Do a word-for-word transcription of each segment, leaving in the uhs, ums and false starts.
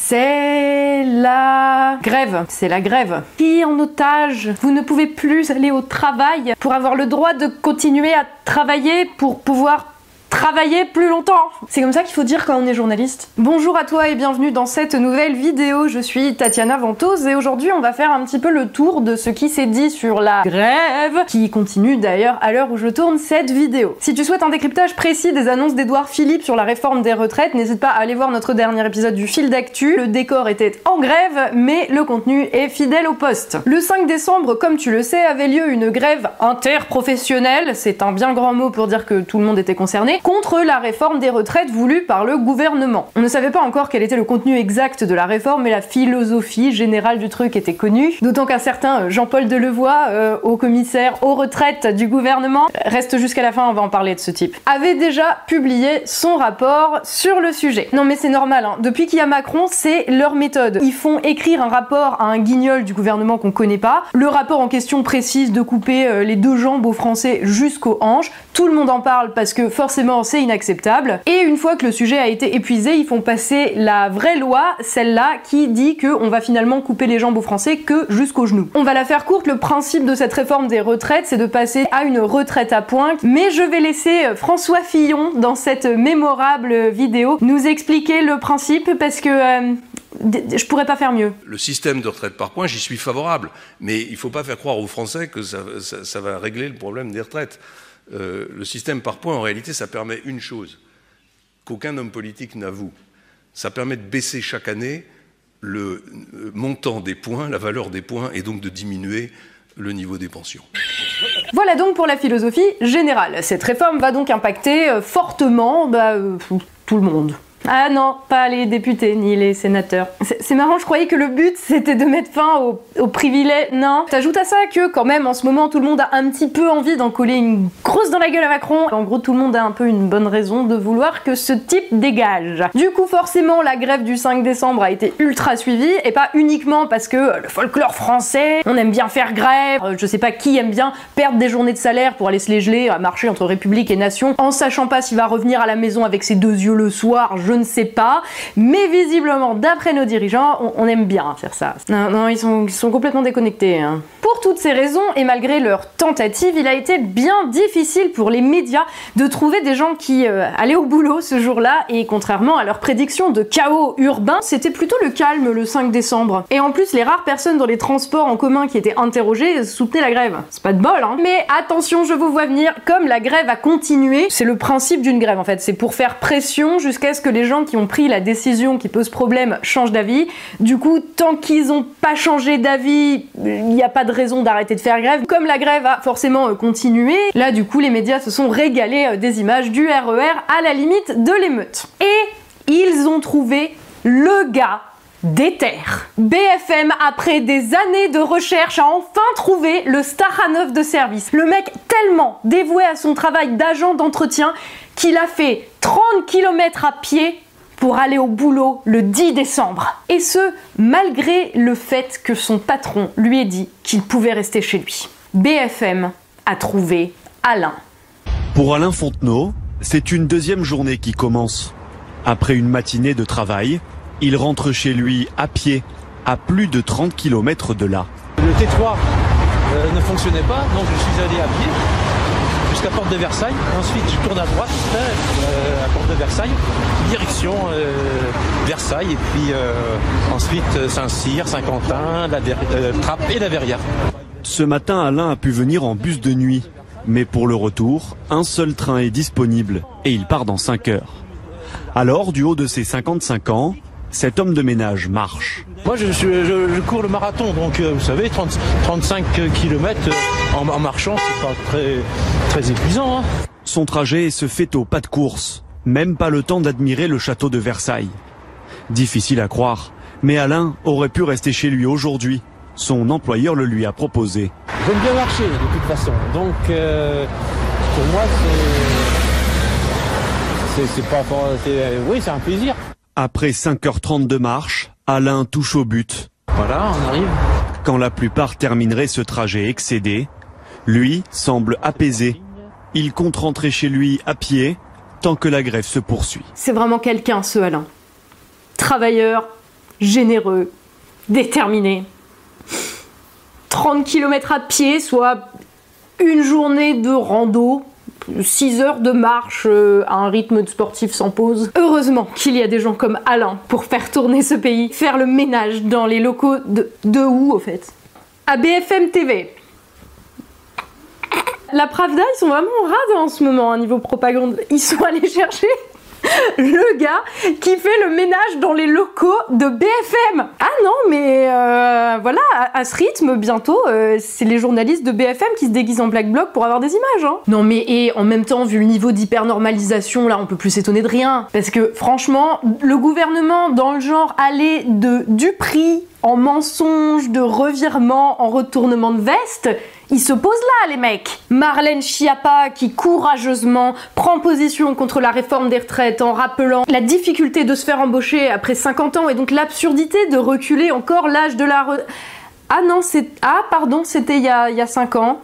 C'est la grève. C'est la grève. Pris en otage. Vous ne pouvez plus aller au travail pour avoir le droit de continuer à travailler pour pouvoir travailler plus longtemps. C'est comme ça qu'il faut dire quand on est journaliste. Bonjour à toi et bienvenue dans cette nouvelle vidéo. Je suis Tatiana Ventose et aujourd'hui on va faire un petit peu le tour de ce qui s'est dit sur la grève, qui continue d'ailleurs à l'heure où je tourne cette vidéo. Si tu souhaites un décryptage précis des annonces d'Édouard Philippe sur la réforme des retraites, n'hésite pas à aller voir notre dernier épisode du Fil d'actu. Le décor était en grève, mais le contenu est fidèle au poste. Le cinq décembre, comme tu le sais, avait lieu une grève interprofessionnelle, c'est un bien grand mot pour dire que tout le monde était concerné, contre la réforme des retraites voulue par le gouvernement. On ne savait pas encore quel était le contenu exact de la réforme, mais la philosophie générale du truc était connue, d'autant qu'un certain Jean-Paul Delevoye, euh, haut commissaire aux retraites du gouvernement, reste jusqu'à la fin, on va en parler de ce type, avait déjà publié son rapport sur le sujet. Non mais c'est normal, hein. Depuis qu'il y a Macron, c'est leur méthode. Ils font écrire un rapport à un guignol du gouvernement qu'on connaît pas. Le rapport en question précise de couper euh, les deux jambes aux Français jusqu'aux hanches. Tout le monde en parle parce que forcément c'est inacceptable. Et une fois que le sujet a été épuisé, ils font passer la vraie loi, celle-là qui dit qu'on va finalement couper les jambes aux Français que jusqu'aux genoux. On va la faire courte, le principe de cette réforme des retraites, c'est de passer à une retraite à points. Mais je vais laisser François Fillon, dans cette mémorable vidéo, nous expliquer le principe parce que euh, je pourrais pas faire mieux. Le système de retraite par points, j'y suis favorable. Mais il faut pas faire croire aux Français que ça, ça, ça va régler le problème des retraites. Euh, le système par points, en réalité, ça permet une chose qu'aucun homme politique n'avoue. Ça permet de baisser chaque année le montant des points, la valeur des points, et donc de diminuer le niveau des pensions. Voilà donc pour la philosophie générale. Cette réforme va donc impacter euh, fortement bah, euh, tout le monde. Ah non, pas les députés ni les sénateurs. C'est marrant, je croyais que le but c'était de mettre fin aux, aux privilèges. Non. T'ajoutes à ça que quand même en ce moment tout le monde a un petit peu envie d'en coller une grosse dans la gueule à Macron. En gros tout le monde a un peu une bonne raison de vouloir que ce type dégage. Du coup forcément la grève du cinq décembre a été ultra suivie et pas uniquement parce que le folklore français, on aime bien faire grève, je sais pas qui aime bien perdre des journées de salaire pour aller se les geler à marcher entre République et Nation en sachant pas s'il va revenir à la maison avec ses deux yeux le soir. Je ne sais pas, mais visiblement, d'après nos dirigeants, on, on aime bien faire ça. Non, non, ils sont, ils sont complètement déconnectés. Hein. Pour toutes ces raisons, et malgré leur tentative, il a été bien difficile pour les médias de trouver des gens qui euh, allaient au boulot ce jour-là, et contrairement à leurs prédictions de chaos urbain, c'était plutôt le calme le cinq décembre. Et en plus, les rares personnes dans les transports en commun qui étaient interrogées soutenaient la grève. C'est pas de bol, hein. Mais attention, je vous vois venir, comme la grève a continué, c'est le principe d'une grève en fait, c'est pour faire pression jusqu'à ce que les gens qui ont pris la décision qui pose problème changent d'avis. Du coup, tant qu'ils ont pas changé d'avis, il n'y a pas de raison d'arrêter de faire grève. Comme la grève a forcément continué, là du coup les médias se sont régalés des images du R E R à la limite de l'émeute. Et ils ont trouvé le gars déter. B F M, après des années de recherche, a enfin trouvé le Staranov de service. Le mec tellement dévoué à son travail d'agent d'entretien qu'il a fait trente kilomètres à pied pour aller au boulot le dix décembre. Et ce, malgré le fait que son patron lui ait dit qu'il pouvait rester chez lui. B F M a trouvé Alain. Pour Alain Fontenot, c'est une deuxième journée qui commence. Après une matinée de travail, il rentre chez lui à pied, à plus de trente kilomètres de là. Le T trois euh, ne fonctionnait pas, donc je suis allé à pied jusqu'à Porte de Versailles. Ensuite, je tourne à droite, euh, à Porte de Versailles, direction euh, Versailles, et puis euh, ensuite Saint-Cyr, Saint-Quentin, la Ver- euh, Trappes et la Verrière. Ce matin, Alain a pu venir en bus de nuit. Mais pour le retour, un seul train est disponible et il part dans cinq heures. Alors, du haut de ses cinquante-cinq ans, cet homme de ménage marche. Moi, je, je, je, je cours le marathon, donc euh, vous savez, trente, trente-cinq kilomètres en, en marchant, c'est pas très, très épuisant. Hein. Son trajet se fait au pas de course, même pas le temps d'admirer le château de Versailles. Difficile à croire, mais Alain aurait pu rester chez lui aujourd'hui. Son employeur le lui a proposé. J'aime bien marcher de toute façon, donc euh, pour moi c'est, c'est, c'est pas, c'est, oui c'est un plaisir. Après cinq heures trente de marche, Alain touche au but. Voilà, on arrive. Quand la plupart termineraient ce trajet excédé, lui semble apaisé. Il compte rentrer chez lui à pied tant que la grève se poursuit. C'est vraiment quelqu'un ce Alain. Travailleur, généreux, déterminé. trente kilomètres à pied, soit une journée de rando, six heures de marche euh, à un rythme de sportif sans pause. Heureusement qu'il y a des gens comme Alain pour faire tourner ce pays, faire le ménage dans les locaux de... de où, au fait? À B F M T V. La Pravda, ils sont vraiment rades en ce moment, hein, niveau propagande. Ils sont allés chercher le gars qui fait le ménage dans les locaux de B F M. Ah non, mais euh, voilà, à, à ce rythme, bientôt, euh, c'est les journalistes de B F M qui se déguisent en Black Bloc pour avoir des images. Hein. Non mais, et en même temps, vu le niveau d'hyper-normalisation, là, on peut plus s'étonner de rien. Parce que, franchement, le gouvernement, dans le genre, aller de du prix en mensonge, de revirement, en retournement de veste, ils se posent là, les mecs. Marlène Schiappa, qui courageusement prend position contre la réforme des retraites en rappelant la difficulté de se faire embaucher après cinquante ans et donc l'absurdité de reculer encore l'âge de la... Re... Ah non, c'est... Ah, pardon, c'était il y a, il y a cinq ans.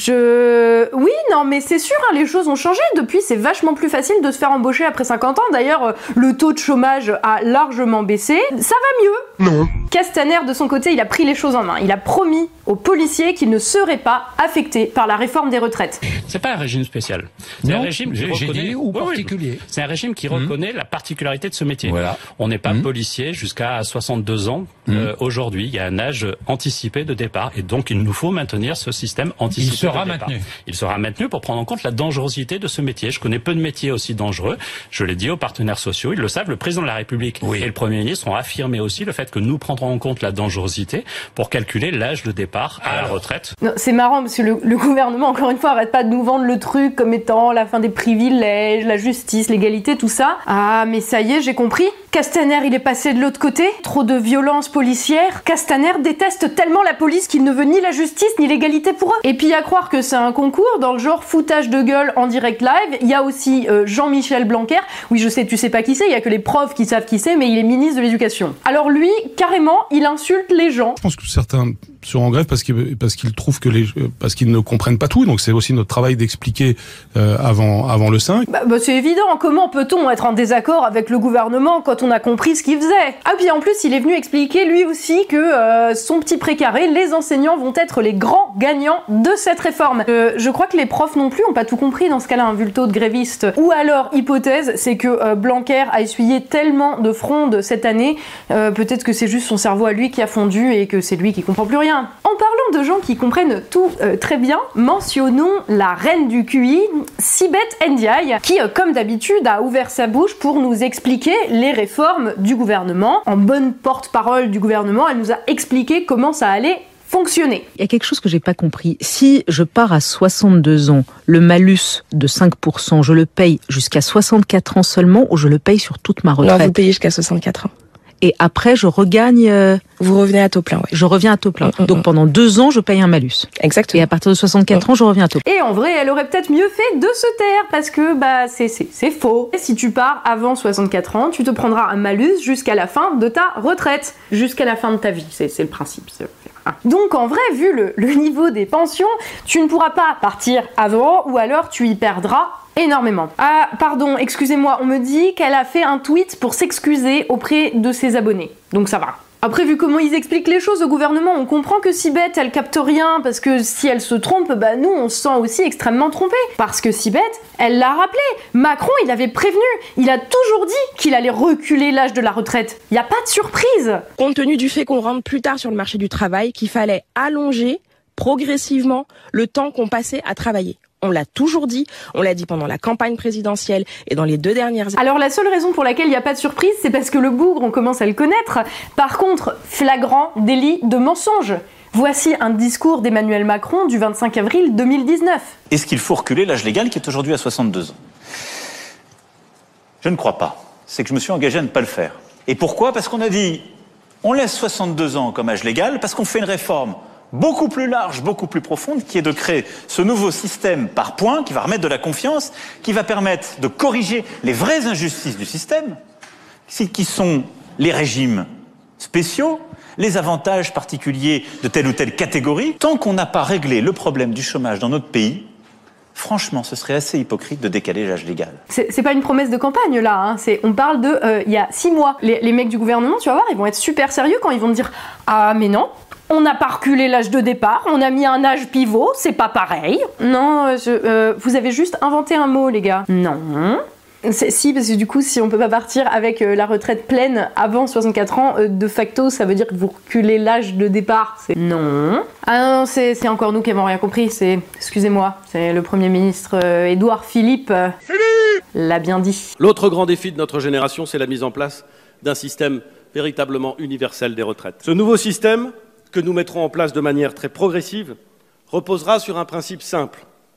Je... Oui, non, mais c'est sûr, hein, les choses ont changé. Depuis, c'est vachement plus facile de se faire embaucher après cinquante ans. D'ailleurs, euh, le taux de chômage a largement baissé. Ça va mieux. Non. Castaner, de son côté, il a pris les choses en main. Il a promis aux policiers qu'ils ne seraient pas affectés par la réforme des retraites. C'est pas un régime spécial. C'est non, un régime qui j'ai reconnaît... dit ou oui, particulier. Oui, c'est un régime qui mmh. reconnaît la particularité de ce métier. Voilà. On n'est pas mmh. policier jusqu'à soixante-deux ans. Mmh. Euh, aujourd'hui, il y a un âge anticipé de départ. Et donc, il nous faut maintenir ce système anticipé. Il sera de départ. maintenu. Il sera maintenu pour prendre en compte la dangerosité de ce métier. Je connais peu de métiers aussi dangereux. Je l'ai dit aux partenaires sociaux, ils le savent. Le président de la République oui. et le Premier ministre ont affirmé aussi le fait que nous prendrons en compte la dangerosité pour calculer l'âge de départ à Alors. la retraite. Non, c'est marrant parce que le, le gouvernement, encore une fois, arrête pas de nous vendre le truc comme étant la fin des privilèges, la justice, l'égalité, tout ça. Ah, mais ça y est, j'ai compris. Castaner, il est passé de l'autre côté. Trop de violence policière. Castaner déteste tellement la police qu'il ne veut ni la justice ni l'égalité pour eux. Et puis à croire que c'est un concours dans le genre foutage de gueule en direct live. Il y a aussi euh, Jean-Michel Blanquer. Oui, je sais, tu sais pas qui c'est. Il y a que les profs qui savent qui c'est, mais il est ministre de l'Éducation. Alors lui, carrément, il insulte les gens. Je pense que certains sont en grève parce qu'ils parce qu'ils trouvent que les parce qu'ils ne comprennent pas tout. Donc c'est aussi notre travail d'expliquer euh, avant avant le cinq. Bah, bah c'est évident. Comment peut-on être en désaccord avec le gouvernement quand on a compris ce qu'il faisait? Ah puis en plus, il est venu expliquer lui aussi que euh, son petit précaré, les enseignants vont être les grands gagnants de cette réforme. Euh, je crois que les profs non plus ont pas tout compris dans ce cas-là, un vu le taux de grévistes. Ou alors, hypothèse, c'est que euh, Blanquer a essuyé tellement de fronde cette année, euh, peut-être que c'est juste son cerveau à lui qui a fondu et que c'est lui qui comprend plus rien. En parlant de gens qui comprennent tout euh, très bien, mentionnons la reine du Q I, Sibeth Ndiaye, qui, euh, comme d'habitude, a ouvert sa bouche pour nous expliquer les réformes du gouvernement. En bonne porte-parole du gouvernement, elle nous a expliqué comment ça allait fonctionner. Il y a quelque chose que j'ai pas compris. Si je pars à soixante-deux ans, le malus de cinq pour cent, je le paye jusqu'à soixante-quatre ans seulement ou je le paye sur toute ma retraite? Non, vous payez jusqu'à soixante-quatre ans. Et après, je regagne... Euh... Vous revenez à taux plein, oui. Je reviens à taux plein. Mmh, Donc mmh. pendant deux ans, je paye un malus. Exactement. Et à partir de soixante-quatre mmh. ans, je reviens à taux plein. Et en vrai, elle aurait peut-être mieux fait de se taire parce que bah c'est c'est c'est faux. Et si tu pars avant soixante-quatre ans, tu te prendras un malus jusqu'à la fin de ta retraite, jusqu'à la fin de ta vie. C'est c'est le principe. C'est... Donc en vrai, vu le, le niveau des pensions, tu ne pourras pas partir avant ou alors tu y perdras énormément. Ah, pardon, excusez-moi, on me dit qu'elle a fait un tweet pour s'excuser auprès de ses abonnés. Donc ça va. Après, vu comment ils expliquent les choses au gouvernement, on comprend que Sibeth, elle capte rien, parce que si elle se trompe, bah nous, on se sent aussi extrêmement trompés. Parce que Sibeth, elle l'a rappelé, Macron, il avait prévenu, il a toujours dit qu'il allait reculer l'âge de la retraite. Il n'y a pas de surprise. Compte tenu du fait qu'on rentre plus tard sur le marché du travail, qu'il fallait allonger progressivement le temps qu'on passait à travailler. On l'a toujours dit, on l'a dit pendant la campagne présidentielle et dans les deux dernières années. Alors la seule raison pour laquelle il n'y a pas de surprise, c'est parce que le bougre, on commence à le connaître. Par contre, flagrant délit de mensonge. Voici un discours d'Emmanuel Macron du vingt-cinq avril deux mille dix-neuf. Est-ce qu'il faut reculer l'âge légal qui est aujourd'hui à soixante-deux ans? Je ne crois pas. C'est que je me suis engagé à ne pas le faire. Et pourquoi? Parce qu'on a dit, on laisse soixante-deux ans comme âge légal, parce qu'on fait une réforme beaucoup plus large, beaucoup plus profonde, qui est de créer ce nouveau système par points, qui va remettre de la confiance, qui va permettre de corriger les vraies injustices du système, qui sont les régimes spéciaux, les avantages particuliers de telle ou telle catégorie. Tant qu'on n'a pas réglé le problème du chômage dans notre pays, Franchement, ce serait assez hypocrite de décaler l'âge légal. C'est, c'est pas une promesse de campagne là, hein. C'est, on parle de euh, il y a six mois. Les, les mecs du gouvernement, tu vas voir, ils vont être super sérieux quand ils vont te dire « Ah mais non, on n'a pas reculé l'âge de départ, on a mis un âge pivot, c'est pas pareil. » Non, je, euh, vous avez juste inventé un mot les gars. Non. C'est, si, parce que du coup, si on peut pas partir avec euh, la retraite pleine avant soixante-quatre ans, euh, de facto, ça veut dire que vous reculez l'âge de départ. C'est non. Ah non, c'est, c'est encore nous qui avons rien compris. C'est, excusez-moi, c'est le Premier ministre euh, Édouard Philippe. Euh, Philippe l'a bien dit. L'autre grand défi de notre génération, c'est la mise en place d'un système véritablement universel des retraites. Ce nouveau système, que nous mettrons en place de manière très progressive, reposera sur un principe simple.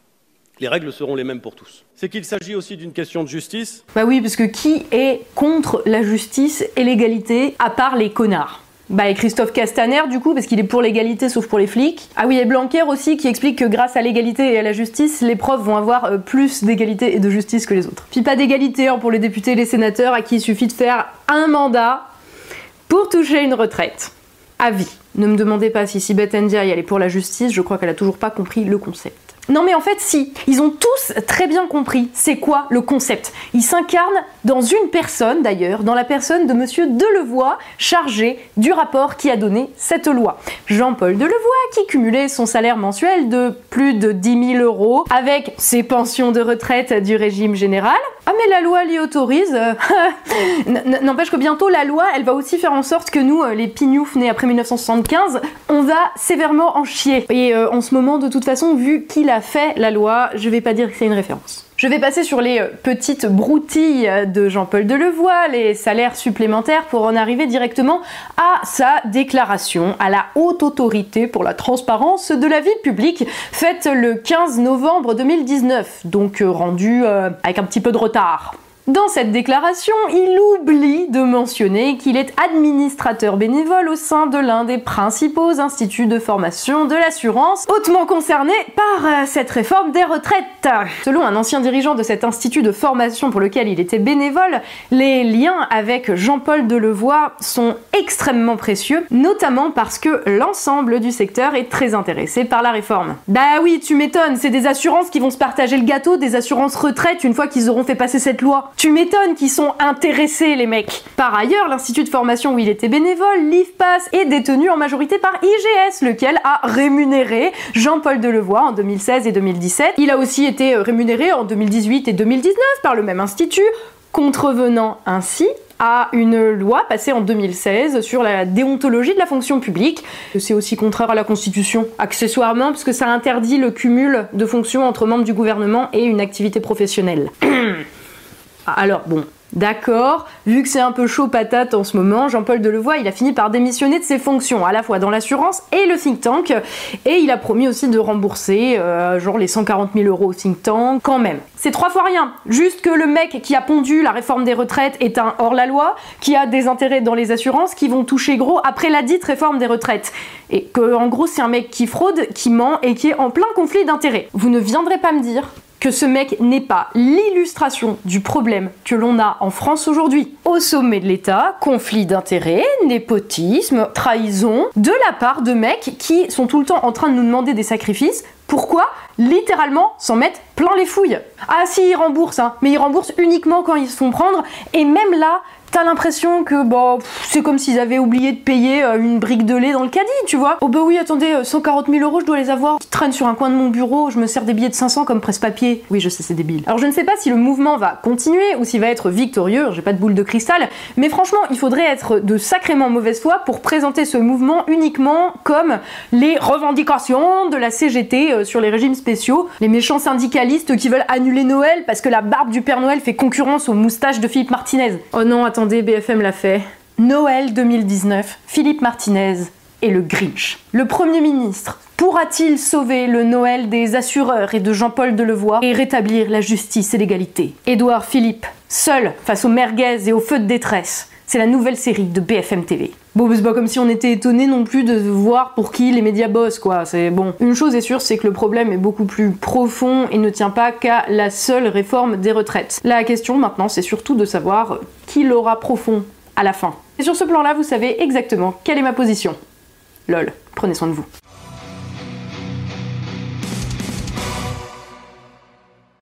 Les règles seront les mêmes pour tous. C'est qu'il s'agit aussi d'une question de justice. Bah oui, parce que qui est contre la justice et l'égalité, à part les connards ? Bah et Christophe Castaner du coup, parce qu'il est pour l'égalité sauf pour les flics. Ah oui, et Blanquer aussi, qui explique que grâce à l'égalité et à la justice, les profs vont avoir euh, plus d'égalité et de justice que les autres. Puis pas d'égalité hein, pour les députés et les sénateurs, à qui il suffit de faire un mandat pour toucher une retraite. À vie. Ne me demandez pas si Sibeth Ndiaye elle est pour la justice, je crois qu'elle a toujours pas compris le concept. Non mais en fait si, ils ont tous très bien compris c'est quoi le concept. Ils s'incarnent dans une personne d'ailleurs, dans la personne de monsieur Delevoye, chargé du rapport qui a donné cette loi. Jean-Paul Delevoye qui cumulait son salaire mensuel de plus de dix mille euros avec ses pensions de retraite du régime général. Ah mais la loi l'y autorise. N'empêche que bientôt la loi elle va aussi faire en sorte que nous, les pignoufs nés après mille neuf cent soixante-quinze, on va sévèrement en chier. Et euh, en ce moment de toute façon, vu qu'il a fait la loi, je vais pas dire que c'est une référence. Je vais passer sur les petites broutilles de Jean-Paul Delevoye, les salaires supplémentaires, pour en arriver directement à sa déclaration à la Haute Autorité pour la transparence de la vie publique, faite le quinze novembre deux mille dix-neuf, donc rendue euh, avec un petit peu de retard. Dans cette déclaration, il oublie de mentionner qu'il est administrateur bénévole au sein de l'un des principaux instituts de formation de l'assurance, hautement concerné par euh, cette réforme des retraites. Selon un ancien dirigeant de cet institut de formation pour lequel il était bénévole, les liens avec Jean-Paul Delevoye sont extrêmement précieux, notamment parce que l'ensemble du secteur est très intéressé par la réforme. Bah oui, tu m'étonnes, c'est des assurances qui vont se partager le gâteau des assurances retraite une fois qu'ils auront fait passer cette loi. Tu m'étonnes qu'ils sont intéressés, les mecs. Par ailleurs, l'institut de formation où il était bénévole, l'I F P A S, est détenu en majorité par I G S, lequel a rémunéré Jean-Paul Delevoye en deux mille seize et deux mille dix-sept. Il a aussi été rémunéré en deux mille dix-huit et deux mille dix-neuf par le même institut, contrevenant ainsi à une loi passée en deux mille seize sur la déontologie de la fonction publique. C'est aussi contraire à la Constitution, accessoirement, parce que ça interdit le cumul de fonctions entre membres du gouvernement et une activité professionnelle. Alors bon, d'accord, vu que c'est un peu chaud patate en ce moment, Jean-Paul Delevoye, il a fini par démissionner de ses fonctions, à la fois dans l'assurance et le think tank, et il a promis aussi de rembourser euh, genre les cent quarante mille euros au think tank, quand même. C'est trois fois rien, juste que le mec qui a pondu la réforme des retraites est un hors-la-loi, qui a des intérêts dans les assurances qui vont toucher gros après la dite réforme des retraites. Et que en gros c'est un mec qui fraude, qui ment et qui est en plein conflit d'intérêts. Vous ne viendrez pas me dire que ce mec n'est pas l'illustration du problème que l'on a en France aujourd'hui. Au sommet de l'État, conflit d'intérêts, népotisme, trahison, de la part de mecs qui sont tout le temps en train de nous demander des sacrifices. Pourquoi ? Littéralement s'en mettre plein les fouilles. Ah si, ils remboursent, hein, mais ils remboursent uniquement quand ils se font prendre, et même là, t'as l'impression que bah, c'est comme s'ils avaient oublié de payer euh, une brique de lait dans le caddie, tu vois. Oh bah oui, attendez, euh, cent quarante mille euros, je dois les avoir. Qui traînent sur un coin de mon bureau, je me sers des billets de cinq cents comme presse-papier. Oui, je sais, c'est débile. Alors je ne sais pas si le mouvement va continuer ou s'il va être victorieux, j'ai pas de boule de cristal, mais franchement, il faudrait être de sacrément mauvaise foi pour présenter ce mouvement uniquement comme les revendications de la C G T euh, sur les régimes spéciaux, les méchants syndicalistes qui veulent annuler Noël parce que la barbe du Père Noël fait concurrence aux moustaches de Philippe Martinez. Oh non, attends. B F M l'a fait. Noël deux mille dix-neuf, Philippe Martinez et le Grinch. Le Premier ministre pourra-t-il sauver le Noël des assureurs et de Jean-Paul Delevoye et rétablir la justice et l'égalité ? Édouard Philippe, seul face aux merguez et aux feux de détresse. C'est la nouvelle série de B F M T V. Bon, c'est pas comme si on était étonné non plus de voir pour qui les médias bossent, quoi. C'est bon. Une chose est sûre, c'est que le problème est beaucoup plus profond et ne tient pas qu'à la seule réforme des retraites. La question maintenant, c'est surtout de savoir qui l'aura profond à la fin. Et sur ce plan-là, vous savez exactement quelle est ma position. Lol, prenez soin de vous.